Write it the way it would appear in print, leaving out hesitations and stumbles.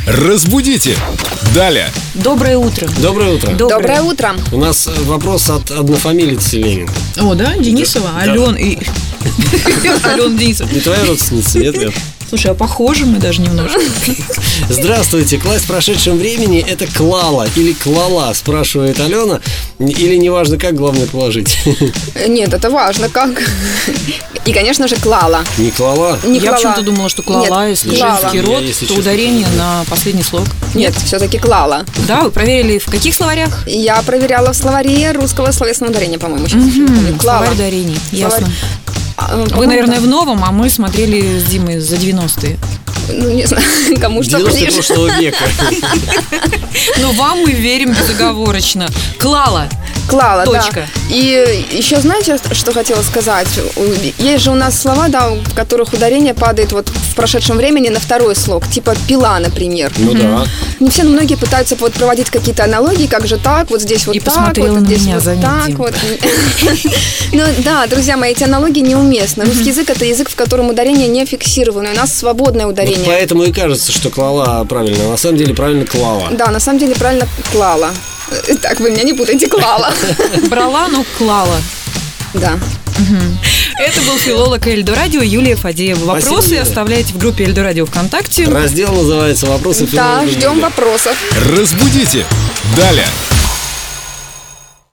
Разбудите! Далее! Доброе утро. Доброе утро. Доброе утро. У нас вопрос от однофамилицы Ленина. О, да? Денисова? Да. Алена и... Алена Денисова. Не твоя родственница, нет, Лев? Слушай, а похожи мы даже немножко. Здравствуйте, класть в прошедшем времени это клала или клала, спрашивает Алена. Или неважно как, главное положить. Нет, это важно, как. И, конечно же, клала. Не клала? Не Я клала. почему-то думала, что клала, Нет, если клала. женский Я, род, если то честно, ударение на последний слог. Нет, все-таки клала. Да, вы проверили в каких словарях? Я проверяла в словаре русского словесного ударения, по-моему, сейчас. еще не помню. Клала. Словарь ударений, ясно. Вы, По-моему, наверное, да. в новом, а мы смотрели с Димой за 90-е. Ну, не знаю, кому что 90 ближе. прошлого века. Но вам мы верим безоговорочно. Клала. Клала, Точка. да. И еще знаете, что хотела сказать? Есть же у нас слова, да, в которых ударение падает вот в прошедшем времени на второй слог, типа пила, например. Ну да. Не все, но многие пытаются вот проводить какие-то аналогии, как же так, вот здесь вот И так, посмотрела вот на здесь меня, вот заметь, так Дим. вот. Ну да, друзья мои, эти аналогии неуместны. Русский язык — это язык, в котором ударение не фиксировано. У нас свободное Вот ударение. поэтому и кажется, что клала правильно. На самом деле правильно клала. Да, на самом деле правильно клала. Так, вы меня не путайте, клала. Брала, но клала. Да. Это был филолог Эльдо Радио Юлия Фадеева. Спасибо, Вопросы Юля. оставляйте в группе Эльдо Радио ВКонтакте. Раздел называется «Вопросы Да, филолога ждем Юли». вопросов. Разбудите! Далее!